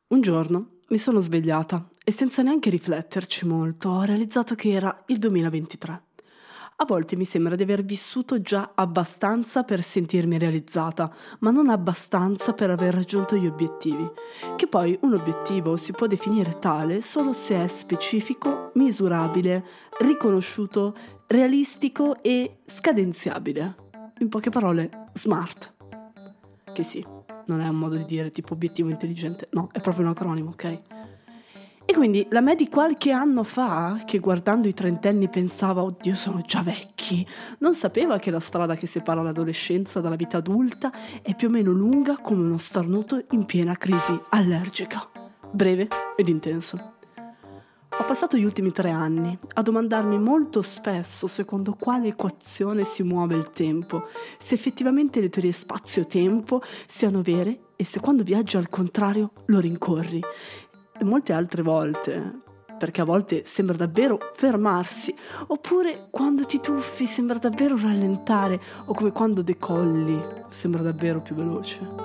Un giorno mi sono svegliata e senza neanche rifletterci molto ho realizzato che era il 2023. A volte mi sembra di aver vissuto già abbastanza per sentirmi realizzata, ma non abbastanza per aver raggiunto gli obiettivi. Che poi un obiettivo si può definire tale solo se è specifico, misurabile, riconosciuto, realistico e scadenziabile. In poche parole, smart. Che sì, non è un modo di dire tipo obiettivo intelligente, no, è proprio un acronimo, ok? E quindi la me di qualche anno fa, che guardando i trentenni pensava oddio sono già vecchi, non sapeva che la strada che separa l'adolescenza dalla vita adulta è più o meno lunga come uno starnuto in piena crisi allergica, breve ed intenso. Ho passato gli ultimi 3 anni a domandarmi molto spesso secondo quale equazione si muove il tempo, se effettivamente le teorie spazio-tempo siano vere e se quando viaggi al contrario lo rincorri. E molte altre volte, perché a volte sembra davvero fermarsi, oppure quando ti tuffi sembra davvero rallentare, o come quando decolli sembra davvero più veloce.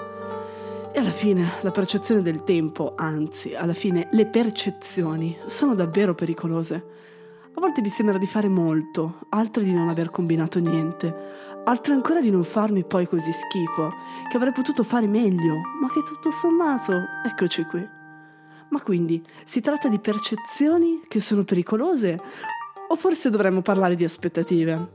E alla fine la percezione del tempo, anzi, alla fine le percezioni sono davvero pericolose. A volte mi sembra di fare molto, altre di non aver combinato niente, altre ancora di non farmi poi così schifo, che avrei potuto fare meglio, ma che tutto sommato, eccoci qui. Ma quindi si tratta di percezioni che sono pericolose? O forse dovremmo parlare di aspettative?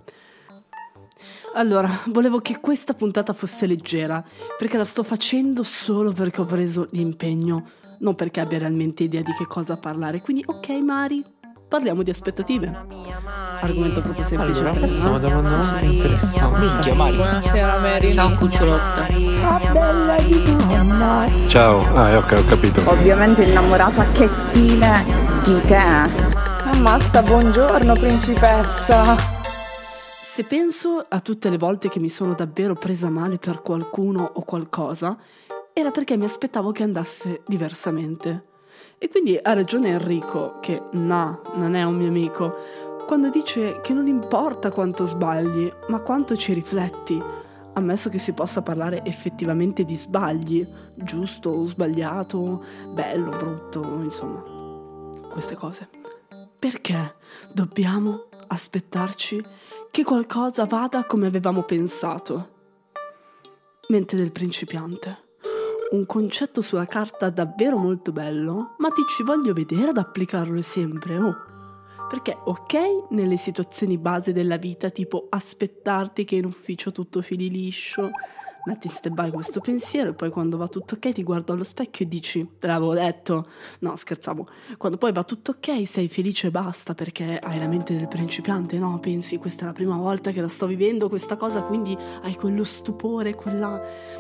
Allora, volevo che questa puntata fosse leggera, perché la sto facendo solo perché ho preso l'impegno, non perché abbia realmente idea di che cosa parlare. Quindi, ok Mari, parliamo di aspettative. Argomento proprio semplice. Allora, questa è una domanda molto interessante. Minchia, Mari. Buonasera Mary. Ciao cucciolotta. Bella di donna. Ciao, ok, ho capito. Ovviamente innamorata che stile di te. Ammazza, buongiorno principessa. Se penso a tutte le volte che mi sono davvero presa male per qualcuno o qualcosa, era perché mi aspettavo che andasse diversamente. E quindi ha ragione Enrico, che no, non è un mio amico, quando dice che non importa quanto sbagli, ma quanto ci rifletti, ammesso che si possa parlare effettivamente di sbagli, giusto o sbagliato, bello, brutto, insomma, queste cose. Perché dobbiamo aspettarci che qualcosa vada come avevamo pensato? Mente del principiante. Un concetto sulla carta davvero molto bello, ma ti ci voglio vedere ad applicarlo sempre, oh. Perché ok, nelle situazioni base della vita, tipo aspettarti che in ufficio tutto fili liscio, metti in stand by questo pensiero e poi quando va tutto ok ti guardo allo specchio e dici te l'avevo detto, no scherzavo, quando poi va tutto ok sei felice e basta perché hai la mente del principiante, no? Pensi questa è la prima volta che la sto vivendo questa cosa, quindi hai quello stupore, quella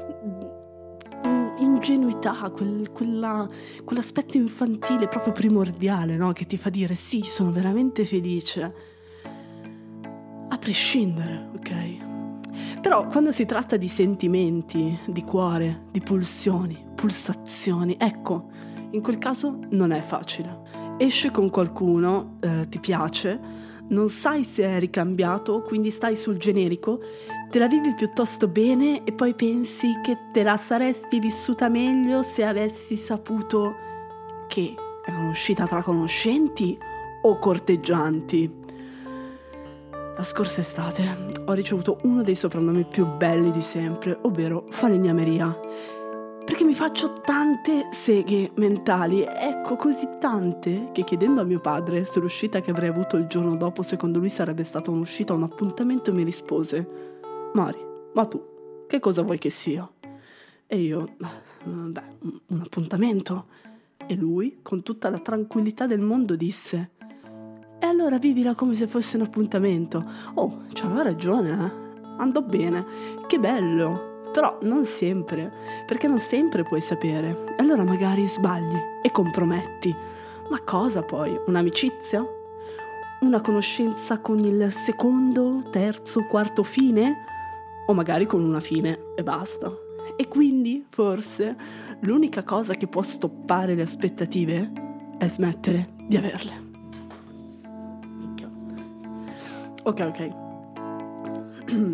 ingenuità, quell'aspetto infantile proprio primordiale, no? Che ti fa dire sì, sono veramente felice a prescindere, ok? Però quando si tratta di sentimenti, di cuore, di pulsazioni, ecco, in quel caso non è facile. Esci con qualcuno, ti piace, non sai se è ricambiato, quindi stai sul generico, te la vivi piuttosto bene e poi pensi che te la saresti vissuta meglio se avessi saputo che è un'uscita tra conoscenti o corteggianti. La scorsa estate ho ricevuto uno dei soprannomi più belli di sempre, ovvero falegnameria, perché mi faccio tante seghe mentali, ecco così tante, che chiedendo a mio padre sull'uscita che avrei avuto il giorno dopo secondo lui sarebbe stata un'uscita o un appuntamento, mi rispose: Mari, ma tu che cosa vuoi che sia? E io, un appuntamento. E lui, con tutta la tranquillità del mondo, disse: e allora vivila come se fosse un appuntamento. Oh, c'aveva ragione, andò bene, che bello. Però non sempre, perché non sempre puoi sapere. E allora magari sbagli e comprometti. Ma cosa poi? Un'amicizia? Una conoscenza con il secondo, terzo, quarto fine? O magari con una fine e basta. E quindi, forse, l'unica cosa che può stoppare le aspettative è smettere di averle. Ok.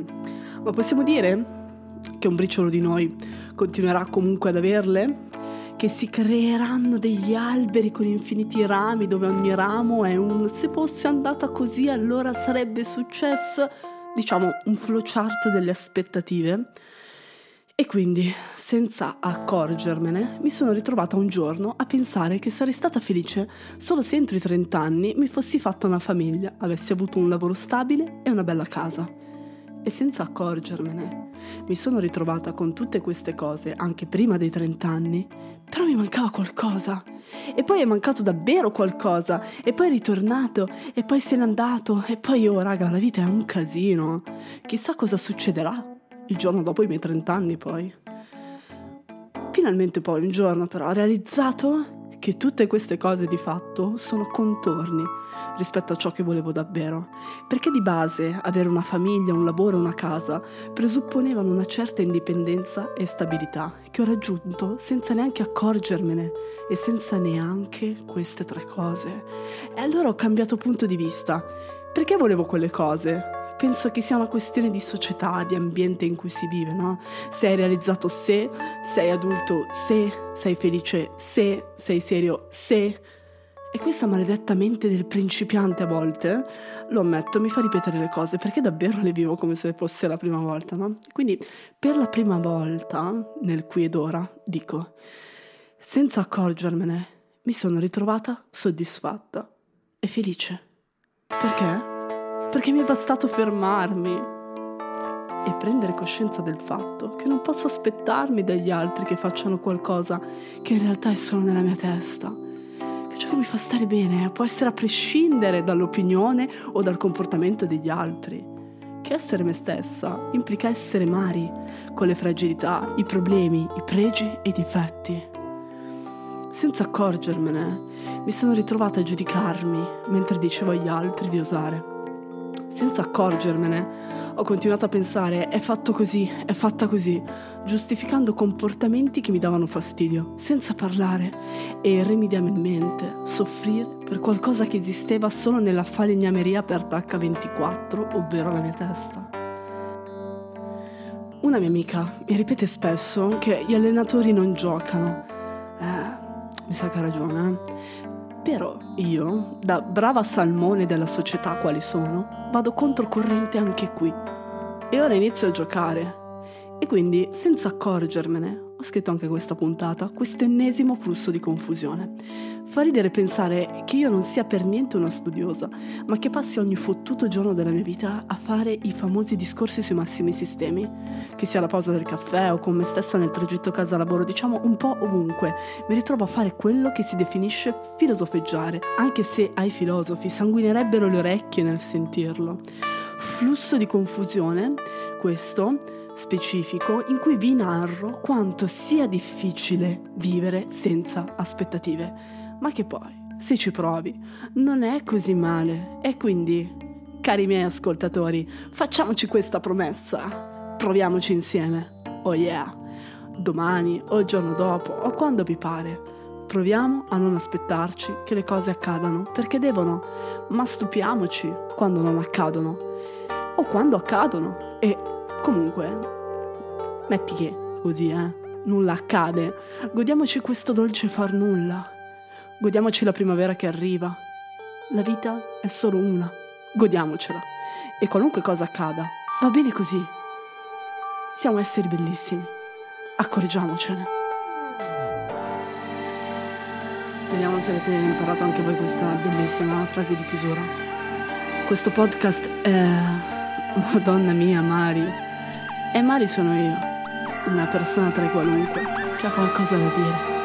Ma possiamo dire che un briciolo di noi continuerà comunque ad averle? che si creeranno degli alberi con infiniti rami, dove ogni ramo è un se fosse andata così allora sarebbe successo, diciamo un flowchart delle aspettative. E quindi, senza accorgermene, mi sono ritrovata un giorno a pensare che sarei stata felice solo se entro i 30 anni mi fossi fatta una famiglia, avessi avuto un lavoro stabile e una bella casa. E senza accorgermene, mi sono ritrovata con tutte queste cose anche prima dei 30 anni, però mi mancava qualcosa. E poi è mancato davvero qualcosa, e poi è ritornato, e poi se n'è andato, e poi raga, la vita è un casino. Chissà cosa succederà il giorno dopo i miei 30 anni poi. Finalmente poi un giorno però ho realizzato che tutte queste cose di fatto sono contorni rispetto a ciò che volevo davvero, perché di base avere una famiglia, un lavoro, una casa presupponevano una certa indipendenza e stabilità che ho raggiunto senza neanche accorgermene e senza neanche queste 3 cose. E allora ho cambiato punto di vista. Perché volevo quelle cose? Penso che sia una questione di società, di ambiente in cui si vive, no? Se hai realizzato se, sei adulto se, sei felice se, sei serio se. E questa maledetta mente del principiante a volte, lo ammetto, mi fa ripetere le cose perché davvero le vivo come se fosse la prima volta, no? Quindi per la prima volta, nel qui ed ora, dico, senza accorgermene, mi sono ritrovata soddisfatta e felice. Perché? Perché mi è bastato fermarmi e prendere coscienza del fatto che non posso aspettarmi dagli altri che facciano qualcosa che in realtà è solo nella mia testa. Che ciò che mi fa stare bene può essere a prescindere dall'opinione o dal comportamento degli altri. Che essere me stessa implica essere Mari, con le fragilità, i problemi, i pregi e i difetti. Senza accorgermene, mi sono ritrovata a giudicarmi mentre dicevo agli altri di osare. Senza accorgermene, ho continuato a pensare è fatto così, è fatta così, giustificando comportamenti che mi davano fastidio, senza parlare e irrimediabilmente soffrire per qualcosa che esisteva solo nella falegnameria aperta H24, ovvero la mia testa. Una mia amica mi ripete spesso che gli allenatori non giocano. Mi sa che ha ragione, Però io, da brava salmone della società quali sono, vado controcorrente anche qui. E ora inizio a giocare. E quindi, senza accorgermene, ho scritto anche questa puntata, questo ennesimo flusso di confusione. Fa ridere pensare che io non sia per niente una studiosa, ma che passi ogni fottuto giorno della mia vita a fare i famosi discorsi sui massimi sistemi, che sia la pausa del caffè o con me stessa nel tragitto casa-lavoro, diciamo un po' ovunque. Mi ritrovo a fare quello che si definisce filosofeggiare, anche se ai filosofi sanguinerebbero le orecchie nel sentirlo. Flusso di confusione, questo specifico, in cui vi narro quanto sia difficile vivere senza aspettative, ma che poi, se ci provi, non è così male. E quindi, cari miei ascoltatori, facciamoci questa promessa, proviamoci insieme, oh yeah, domani o il giorno dopo o quando vi pare, proviamo a non aspettarci che le cose accadano, perché devono, ma stupiamoci quando non accadono, o quando accadono, e comunque, metti che così, nulla accade, godiamoci questo dolce far nulla. Godiamoci la primavera che arriva. La vita è solo una. Godiamocela. E qualunque cosa accada, va bene così. Siamo esseri bellissimi. Accorgiamocene. Vediamo se avete imparato anche voi questa bellissima frase di chiusura. Questo podcast è... Madonna mia, Mari. E Mari sono io. Una persona tra i qualunque che ha qualcosa da dire.